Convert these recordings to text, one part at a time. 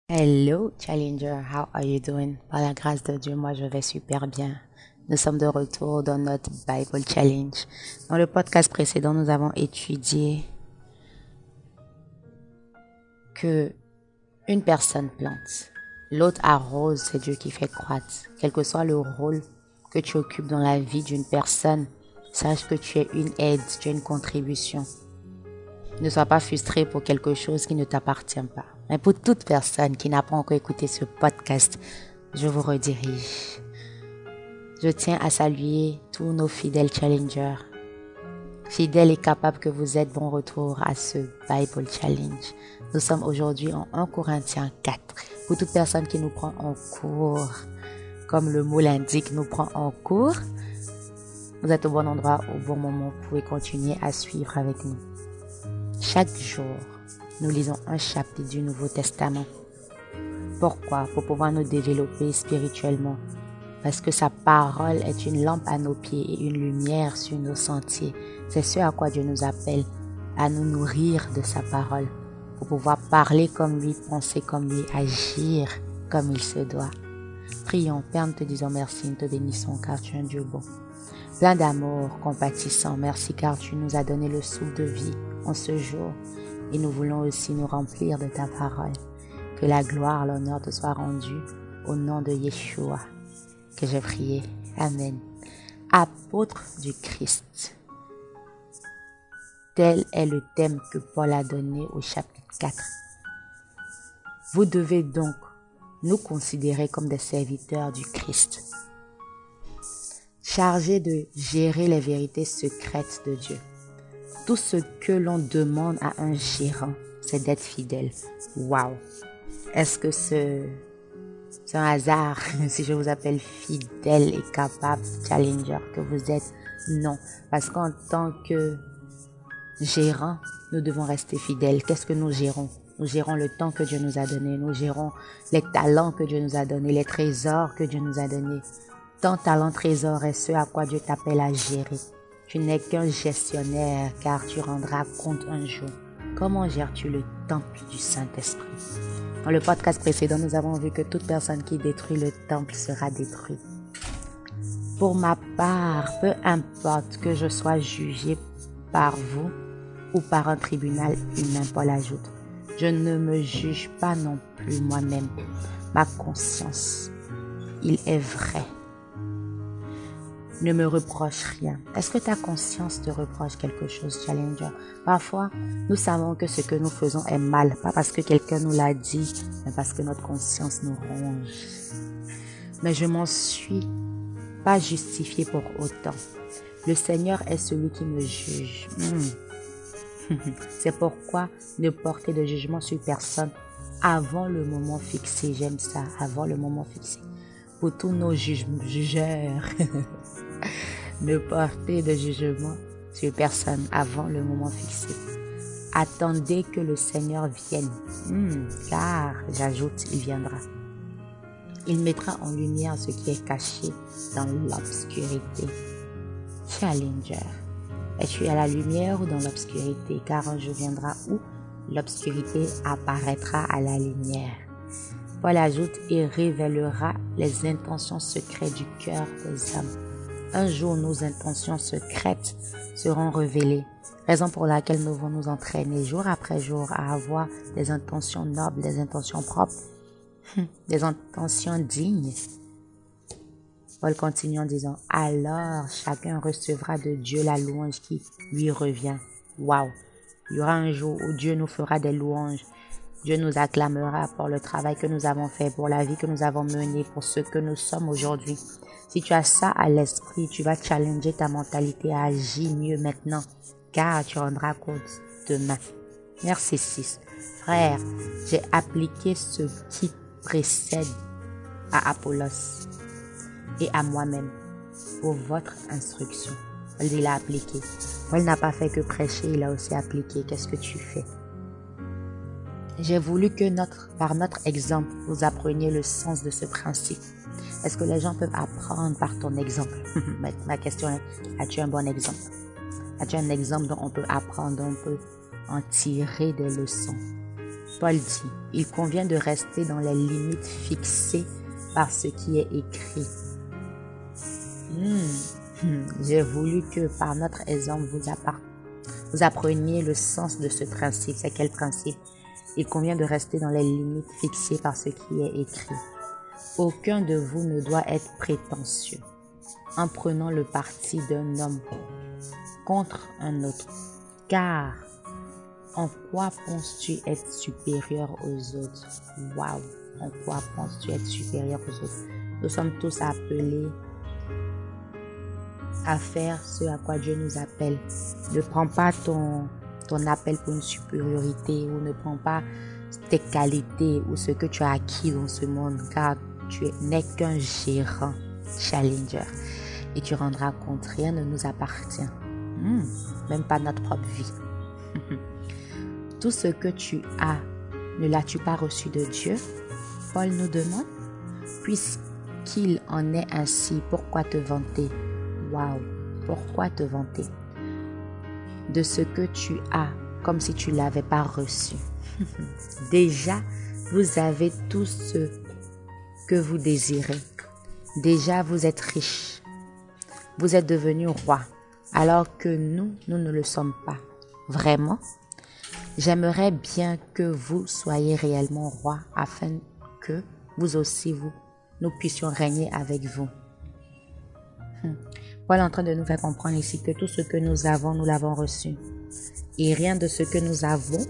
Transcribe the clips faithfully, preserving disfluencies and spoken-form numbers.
Hello Challenger, how are you doing? Par la grâce de Dieu, moi je vais super bien. Nous sommes de retour dans notre Bible Challenge. Dans le podcast précédent, nous avons étudié que une personne plante, l'autre arrose, c'est Dieu qui fait croître. Quel que soit le rôle que tu occupes dans la vie d'une personne, sache que tu es une aide, tu es une contribution. Ne sois pas frustré pour quelque chose qui ne t'appartient pas. Mais pour toute personne qui n'a pas encore écouté ce podcast, je vous redirige. Je tiens à saluer tous nos fidèles challengers. Fidèles et capables que vous êtes, bon retour à ce Bible Challenge. Nous sommes aujourd'hui en un Corinthiens quatre. Pour toute personne qui nous prend en cours, comme le mot l'indique, nous prend en cours, vous êtes au bon endroit, au bon moment. Vous pouvez continuer à suivre avec nous. Chaque jour, nous lisons un chapitre du Nouveau Testament. Pourquoi? Pour pouvoir nous développer spirituellement. Parce que sa parole est une lampe à nos pieds et une lumière sur nos sentiers. C'est ce à quoi Dieu nous appelle, à nous nourrir de sa parole. Pour pouvoir parler comme lui, penser comme lui, agir comme il se doit. Prions, Père, nous te disons merci, nous te bénissons car tu es un Dieu bon. Plein d'amour, compatissant, merci car tu nous as donné le souffle de vie en ce jour. Et nous voulons aussi nous remplir de ta parole. Que la gloire, l'honneur te soit rendu au nom de Yeshua. Que j'ai prié. Amen. Apôtre du Christ. Tel est le thème que Paul a donné au chapitre quatre. Vous devez donc nous considérer comme des serviteurs du Christ, chargés de gérer les vérités secrètes de Dieu. Tout ce que l'on demande à un gérant, c'est d'être fidèle. Waouh! Est-ce que ce, c'est un hasard si je vous appelle fidèle et capable, challenger que vous êtes? Non, parce qu'en tant que gérant, nous devons rester fidèles. Qu'est-ce que nous gérons? Nous gérons le temps que Dieu nous a donné. Nous gérons les talents que Dieu nous a donnés, les trésors que Dieu nous a donnés. Ton talent, trésor est ce à quoi Dieu t'appelle à gérer. Tu n'es qu'un gestionnaire car tu rendras compte un jour. Comment gères-tu le temple du Saint-Esprit? Dans le podcast précédent, nous avons vu que toute personne qui détruit le temple sera détruite. Pour ma part, peu importe que je sois jugé par vous ou par un tribunal humain, Paul ajoute, je ne me juge pas non plus moi-même. Ma conscience, il est vrai, ne me reproche rien. Est-ce que ta conscience te reproche quelque chose, Challenger? Parfois, nous savons que ce que nous faisons est mal, pas parce que quelqu'un nous l'a dit, mais parce que notre conscience nous ronge. Mais je m'en suis pas justifié pour autant. Le Seigneur est celui qui me juge. Hmm. C'est pourquoi ne porter de jugement sur personne avant le moment fixé. J'aime ça, avant le moment fixé. Pour tous nos juge- jugeurs, ne portez de jugement sur personne avant le moment fixé. Attendez que le Seigneur vienne, hmm, car, j'ajoute, il viendra. Il mettra en lumière ce qui est caché dans l'obscurité. Challenger, es-tu à la lumière ou dans l'obscurité? Car un jour viendra où l'obscurité apparaîtra à la lumière. Paul ajoute, il révélera les intentions secrètes du cœur des hommes. Un jour, nos intentions secrètes seront révélées, raison pour laquelle nous devons nous entraîner jour après jour à avoir des intentions nobles, des intentions propres, des intentions dignes. Paul continue en disant, alors chacun recevra de Dieu la louange qui lui revient. Waouh! Il y aura un jour où Dieu nous fera des louanges. Dieu nous acclamera pour le travail que nous avons fait, pour la vie que nous avons menée, pour ce que nous sommes aujourd'hui. Si tu as ça à l'esprit, tu vas challenger ta mentalité à agir mieux maintenant, car tu rendras compte demain. Verset six. Frère, j'ai appliqué ce qui précède à Apollos et à moi-même pour votre instruction. Paul dit, il a appliqué. Paul n'a pas fait que prêcher, il a aussi appliqué. Qu'est-ce que tu fais? J'ai voulu que notre, par notre exemple, vous appreniez le sens de ce principe. Est-ce que les gens peuvent apprendre par ton exemple? Ma question est, as-tu un bon exemple? As-tu un exemple dont on peut apprendre, dont on peut en tirer des leçons? Paul dit, il convient de rester dans les limites fixées par ce qui est écrit. Hmm. J'ai voulu que par notre exemple, vous, appart- vous appreniez le sens de ce principe. C'est quel principe? Il convient de rester dans les limites fixées par ce qui est écrit. Aucun de vous ne doit être prétentieux en prenant le parti d'un homme contre un autre. Car en quoi penses-tu être supérieur aux autres? Waouh! En quoi penses-tu être supérieur aux autres? Nous sommes tous appelés à faire ce à quoi Dieu nous appelle. Ne prends pas ton, ton appel pour une supériorité ou ne prends pas tes qualités ou ce que tu as acquis dans ce monde, car tu n'es qu'un gérant, challenger, et tu rendras compte, rien ne nous appartient, hmm, même pas notre propre vie. Tout ce que tu as, ne l'as-tu pas reçu de Dieu? Paul nous demande, puisqu'il en est ainsi, pourquoi te vanter? Waouh, pourquoi te vanter de ce que tu as comme si tu ne l'avais pas reçu? Déjà, vous avez tout ce que vous désirez. Déjà, vous êtes riche. Vous êtes devenu roi, alors que nous, nous ne le sommes pas. Vraiment, j'aimerais bien que vous soyez réellement roi afin que vous aussi, vous, nous puissions régner avec vous. Hmm. Paul est en train de nous faire comprendre ici que tout ce que nous avons, nous l'avons reçu. Et rien de ce que nous avons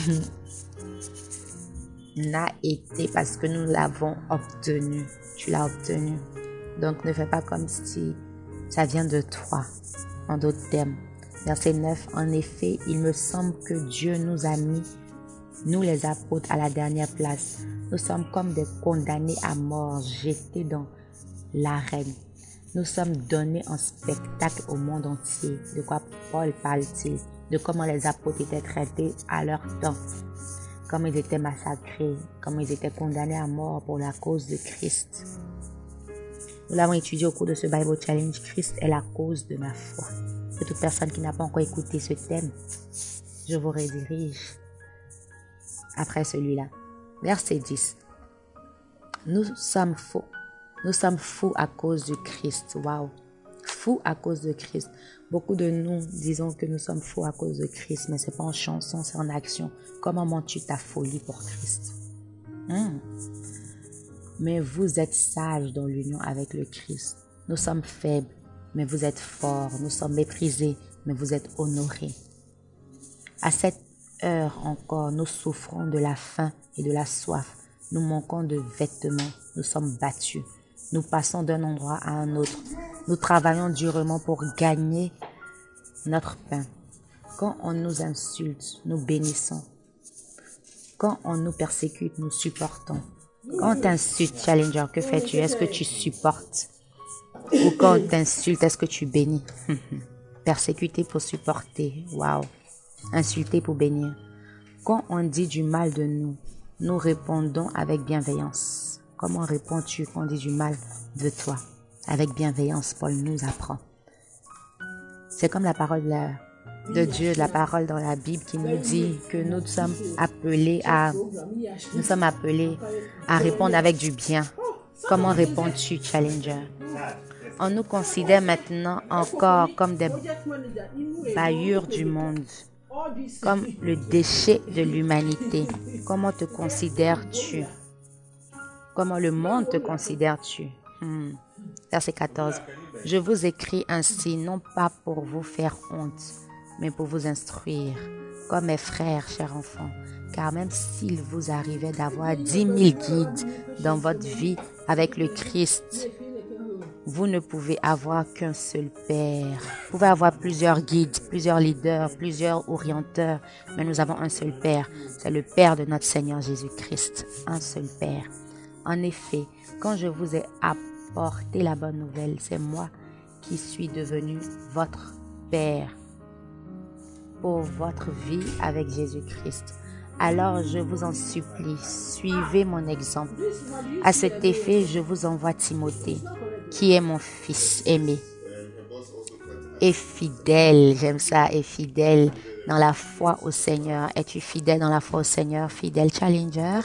n'a été parce que nous l'avons obtenu. Tu l'as obtenu. Donc, ne fais pas comme si ça vient de toi. En d'autres termes. Verset neuf. En effet, il me semble que Dieu nous a mis, nous les apôtres, à la dernière place. Nous sommes comme des condamnés à mort, jetés dans l'arène. Nous sommes donnés en spectacle au monde entier. De quoi Paul parle-t-il? De comment les apôtres étaient traités à leur temps. Comment ils étaient massacrés. Comment ils étaient condamnés à mort pour la cause de Christ. Nous l'avons étudié au cours de ce Bible Challenge. Christ est la cause de ma foi. Pour toute personne qui n'a pas encore écouté ce thème, je vous redirige après celui-là. Verset dix. Nous sommes faux. Nous sommes fous à cause du Christ. Waouh! Fous à cause de Christ. Beaucoup de nous disons que nous sommes fous à cause de Christ, mais ce n'est pas en chanson, c'est en action. Comment montes-tu ta folie pour Christ? Hmm. Mais vous êtes sages dans l'union avec le Christ. Nous sommes faibles, mais vous êtes forts. Nous sommes méprisés, mais vous êtes honorés. À cette heure encore, nous souffrons de la faim et de la soif. Nous manquons de vêtements. Nous sommes battus. Nous passons d'un endroit à un autre. Nous travaillons durement pour gagner notre pain. Quand on nous insulte, nous bénissons. Quand on nous persécute, nous supportons. Quand on t'insulte, Challenger, que fais-tu? Est-ce que tu supportes? Ou quand on t'insulte, est-ce que tu bénis? Persécuter pour supporter. Waouh. Insulter pour bénir. Quand on dit du mal de nous, nous répondons avec bienveillance. Comment réponds-tu quand on dit du mal de toi? Avec bienveillance, Paul nous apprend. C'est comme la parole de, la, de Dieu, la parole dans la Bible qui nous dit que nous sommes appelés à, nous sommes appelés à répondre avec du bien. Comment réponds-tu, Challenger? On nous considère maintenant encore comme des bailleurs du monde, comme le déchet de l'humanité. Comment te considères-tu? Comment le monde te considères-tu? hmm. Verset quatorze. Je vous écris ainsi, non pas pour vous faire honte, mais pour vous instruire, comme mes frères, chers enfants. Car même s'il vous arrivait d'avoir dix mille guides dans votre vie avec le Christ, vous ne pouvez avoir qu'un seul Père. Vous pouvez avoir plusieurs guides, plusieurs leaders, plusieurs orienteurs, mais nous avons un seul Père. C'est le Père de notre Seigneur Jésus-Christ. Un seul Père. En effet, quand je vous ai apporté la bonne nouvelle, c'est moi qui suis devenu votre Père pour votre vie avec Jésus-Christ. Alors je vous en supplie, suivez mon exemple. À cet effet, je vous envoie Timothée, qui est mon fils aimé est fidèle. J'aime ça, est fidèle dans la foi au Seigneur. Es-tu fidèle dans la foi au Seigneur? Fidèle challenger.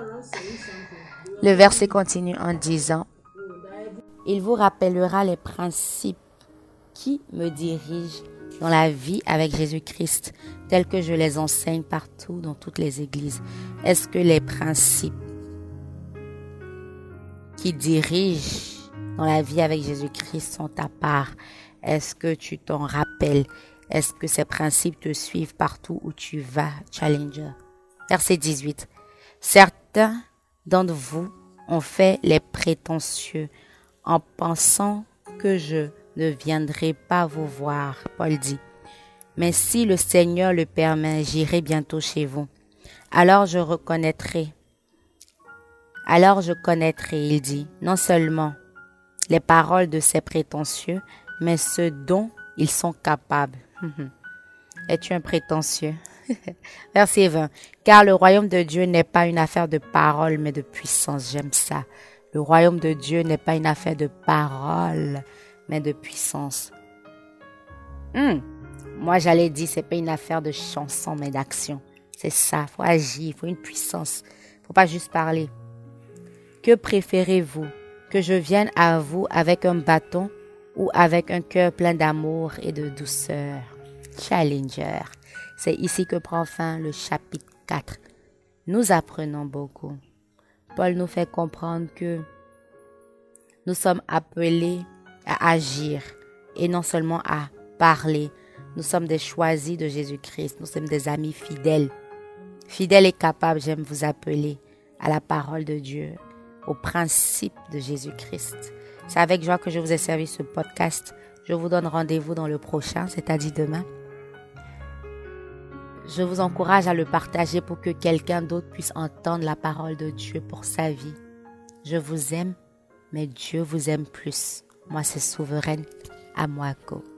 Le verset continue en disant, il vous rappellera les principes qui me dirigent dans la vie avec Jésus-Christ, tels que je les enseigne partout dans toutes les églises. Est-ce que les principes qui dirigent dans la vie avec Jésus-Christ sont à part? Est-ce que tu t'en rappelles? Est-ce que ces principes te suivent partout où tu vas, Challenger? Verset dix-huit. Certains d'entre vous ont fait les prétentieux en pensant que je ne viendrai pas vous voir, Paul dit. Mais si le Seigneur le permet, j'irai bientôt chez vous. Alors je reconnaîtrai. Alors je connaîtrai, il dit, non seulement les paroles de ces prétentieux, mais ce dont ils sont capables. Es-tu un prétentieux? Verset vingt. Car le royaume de Dieu n'est pas une affaire de parole, mais de puissance. J'aime ça. Le royaume de Dieu n'est pas une affaire de parole, mais de puissance. Hmm. Moi, j'allais dire, c'est pas une affaire de chanson, mais d'action. C'est ça, faut agir, faut une puissance. Faut pas juste parler. Que préférez-vous? Que je vienne à vous avec un bâton ou avec un cœur plein d'amour et de douceur? Challenger. C'est ici que prend fin le chapitre quatre. Nous apprenons beaucoup. Paul nous fait comprendre que nous sommes appelés à agir et non seulement à parler. Nous sommes des choisis de Jésus-Christ. Nous sommes des amis fidèles. Fidèles et capables, j'aime vous appeler à la parole de Dieu, au principe de Jésus-Christ. C'est avec joie que je vous ai servi ce podcast. Je vous donne rendez-vous dans le prochain, c'est-à-dire demain. Je vous encourage à le partager pour que quelqu'un d'autre puisse entendre la parole de Dieu pour sa vie. Je vous aime, mais Dieu vous aime plus. Moi, c'est Souveraine Amoako.